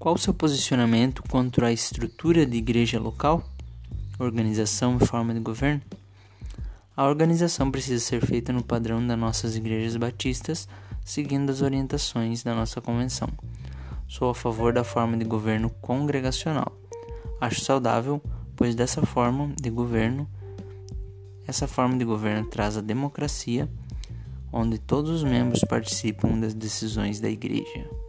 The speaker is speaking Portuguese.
Qual o seu posicionamento quanto à estrutura de igreja local, organização e forma de governo? A organização precisa ser feita no padrão das nossas igrejas batistas, seguindo as orientações da nossa convenção. Sou a favor da forma de governo congregacional. Acho saudável, pois essa forma de governo traz a democracia, onde todos os membros participam das decisões da igreja.